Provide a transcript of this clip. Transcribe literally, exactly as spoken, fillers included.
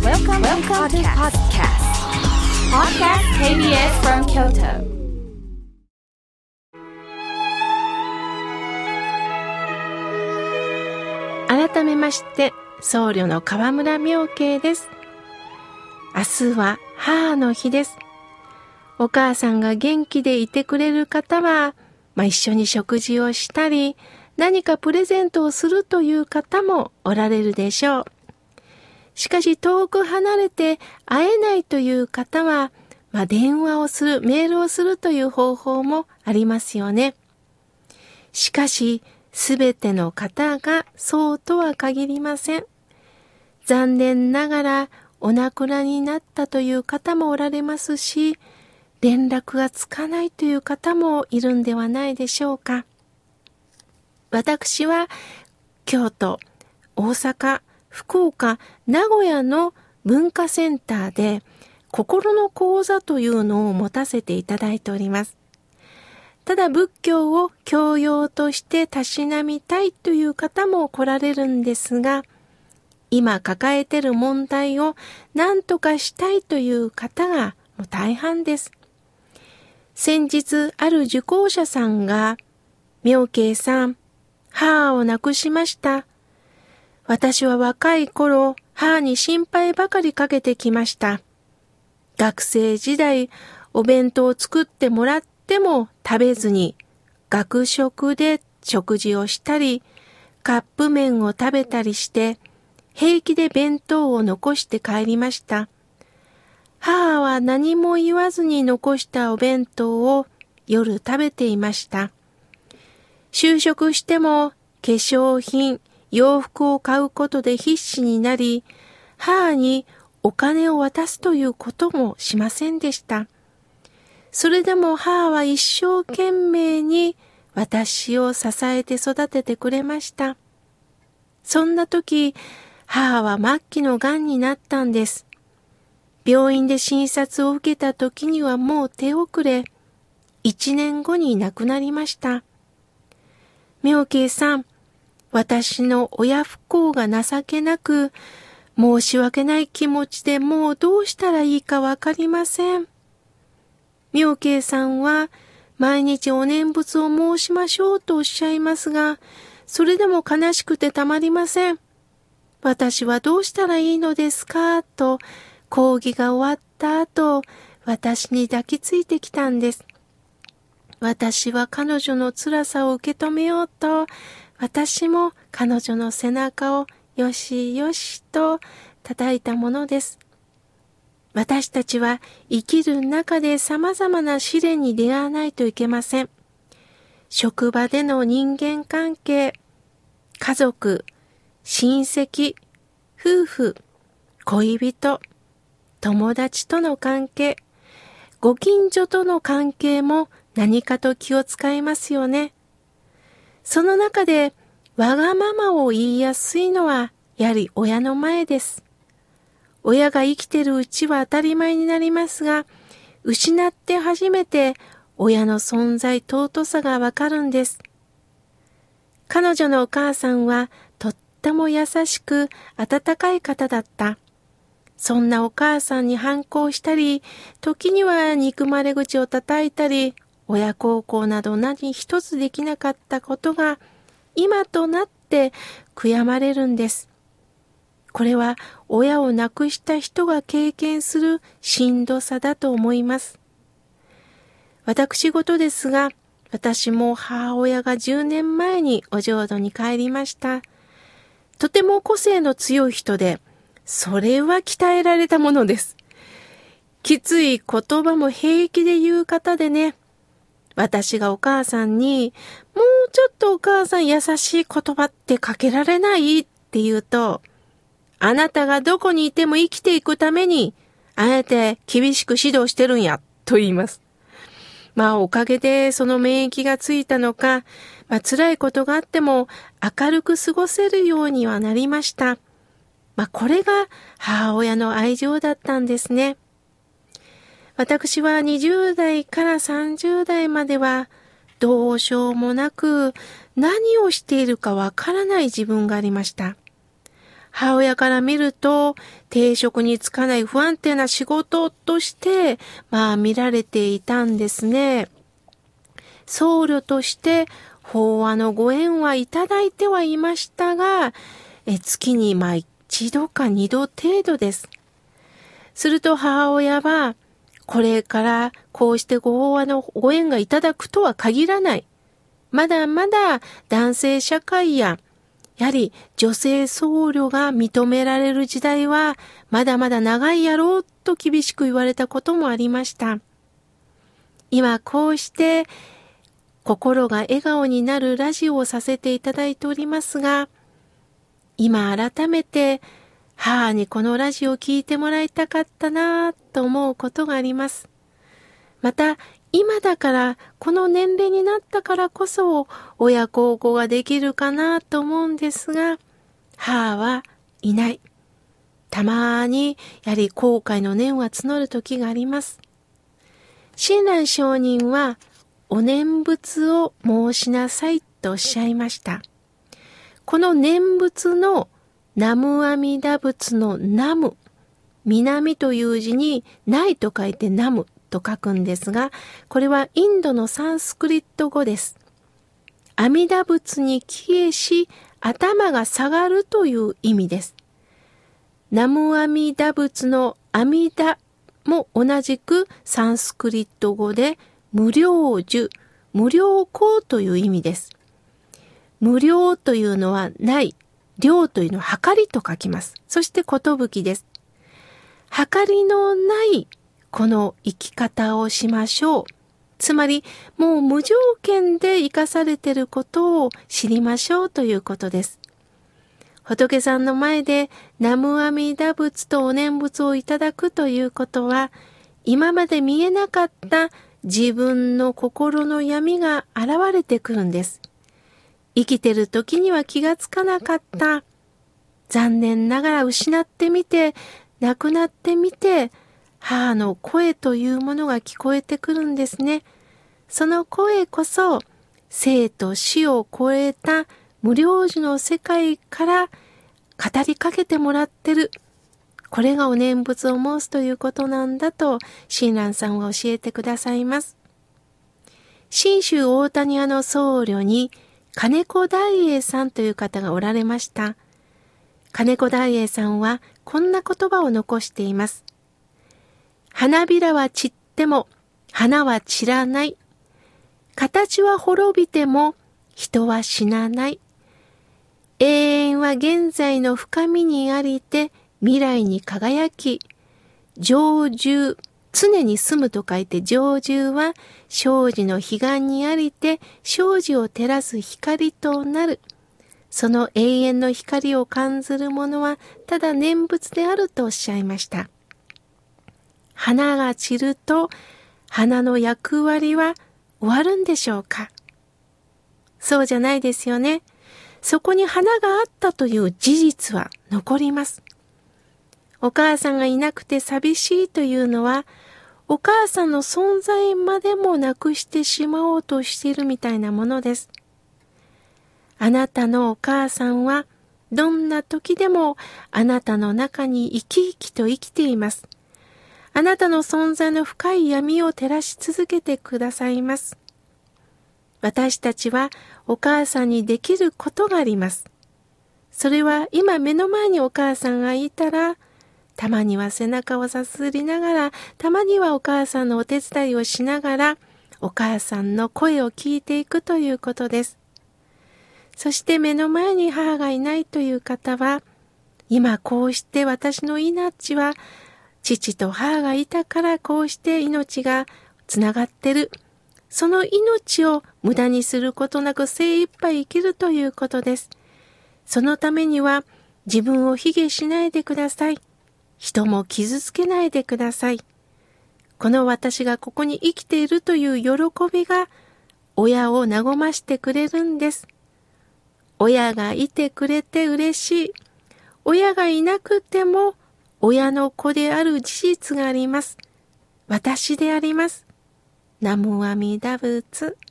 Welcome, Welcome to podcast. Podcast ケービーエス from Kyoto. 改めまして僧侶の河村妙慶です。明日は母の日です。お母さんが元気でいてくれる方は、まあ、一緒に食事をしたり何かプレゼントをするという方もおられるでしょう。しかし遠く離れて会えないという方は、まあ、電話をする、メールをするという方法もありますよね。しかしすべての方がそうとは限りません。残念ながらお亡くなりになったという方もおられますし、連絡がつかないという方もいるんではないでしょうか。私は京都、大阪、福岡、名古屋の文化センターで心の講座というのを持たせていただいております。ただ仏教を教養としてたしなみたいという方も来られるんですが、今抱えている問題を何とかしたいという方がもう大半です。先日ある受講者さんが、妙慶さん、母を亡くしました。私は若い頃、母に心配ばかりかけてきました。学生時代、お弁当を作ってもらっても食べずに、学食で食事をしたり、カップ麺を食べたりして、平気で弁当を残して帰りました。母は何も言わずに残したお弁当を夜食べていました。就職しても化粧品、洋服を買うことで必死になり、母にお金を渡すということもしませんでした。それでも母は一生懸命に私を支えて育ててくれました。そんな時、母は末期のがんになったんです。病院で診察を受けた時にはもう手遅れ、一年後に亡くなりました。妙慶さん、私の親不孝が情けなく、申し訳ない気持ちでもうどうしたらいいかわかりません。妙慶さんは毎日お念仏を申しましょうとおっしゃいますが、それでも悲しくてたまりません。私はどうしたらいいのですかと講義が終わった後、私に抱きついてきたんです。私は彼女の辛さを受け止めようと、私も彼女の背中をよしよしと叩いたものです。私たちは生きる中で様々な試練に出会わないといけません。職場での人間関係、家族、親戚、夫婦、恋人、友達との関係、ご近所との関係も何かと気を使いますよね。その中でわがままを言いやすいのはやはり親の前です。親が生きているうちは当たり前になりますが、失って初めて親の存在尊さがわかるんです。彼女のお母さんはとっても優しく温かい方だった。そんなお母さんに反抗したり、時には憎まれ口を叩いたり、親孝行など何一つできなかったことが今となって悔やまれるんです。これは親を亡くした人が経験するしんどさだと思います。私事ですが、私も母親がじゅうねんまえにお浄土に帰りました。とても個性の強い人で、それは鍛えられたものです。きつい言葉も平気で言う方でね、私がお母さんに、もうちょっとお母さん優しい言葉ってかけられないって言うと、あなたがどこにいても生きていくために、あえて厳しく指導してるんや、と言います。まあおかげでその免疫がついたのか、まあ、辛いことがあっても明るく過ごせるようにはなりました。まあこれが母親の愛情だったんですね。私はにじゅう代からさんじゅう代まではどうしようもなく何をしているかわからない自分がありました。 母親から見ると定職に就かない不安定な仕事としてまあ見られていたんですね。僧侶として法話のご縁はいただいてはいましたが、え月にまあ一度か二度程度です。すると母親は、これからこうしてご法話のご縁がいただくとは限らない。まだまだ男性社会や、やはり女性僧侶が認められる時代はまだまだ長いやろうと厳しく言われたこともありました。今こうして心が笑顔になるラジオをさせていただいておりますが、今改めて母にこのラジオを聞いてもらいたかったなぁと思うことがあります。また今だからこの年齢になったからこそ親孝行ができるかなと思うんですが、母はいない。たまにやはり後悔の念は募る時があります。親鸞上人はお念仏を申しなさいとおっしゃいました。この念仏の南無阿弥陀仏の南無、南という字にないと書いて南無と書くんですが、これはインドのサンスクリット語です。阿弥陀仏に帰依し、頭が下がるという意味です。南無阿弥陀仏の阿弥陀も同じくサンスクリット語で無量寿、無量光という意味です。無量というのはない、量というのは計りと書きます。そして寿です。計りのないこの生き方をしましょう。つまりもう無条件で生かされていることを知りましょうということです。仏さんの前で南無阿弥陀仏とお念仏をいただくということは、今まで見えなかった自分の心の闇が現れてくるんです。生きてる時には気がつかなかった。残念ながら失ってみて、亡くなってみて、母の声というものが聞こえてくるんですね。その声こそ、生と死を超えた無量寿の世界から語りかけてもらってる。これがお念仏を申すということなんだと、親鸞さんは教えてくださいます。信州大谷屋の僧侶に、金子大栄さんという方がおられました。金子大栄さんはこんな言葉を残しています。花びらは散っても花は散らない。形は滅びても人は死なない。永遠は現在の深みにありて未来に輝き、常住、常に住むと書いて常住は生死の彼岸にありて生死を照らす光となる。その永遠の光を感ずる者はただ念仏であるとおっしゃいました。花が散ると花の役割は終わるんでしょうか？そうじゃないですよね。そこに花があったという事実は残ります。お母さんがいなくて寂しいというのは、お母さんの存在までもなくしてしまおうとしているみたいなものです。あなたのお母さんはどんな時でもあなたの中に生き生きと生きています。あなたの存在の深い闇を照らし続けてくださいます。私たちはお母さんにできることがあります。それは今目の前にお母さんがいたら、たまには背中をさすりながら、たまにはお母さんのお手伝いをしながら、お母さんの声を聞いていくということです。そして目の前に母がいないという方は、今こうして私の命は、父と母がいたからこうして命がつながってる。その命を無駄にすることなく精一杯生きるということです。そのためには自分を卑下しないでください。人も傷つけないでください。この私がここに生きているという喜びが親を和ましてくれるんです。親がいてくれて嬉しい。親がいなくても親の子である事実があります。私であります。南無阿弥陀仏。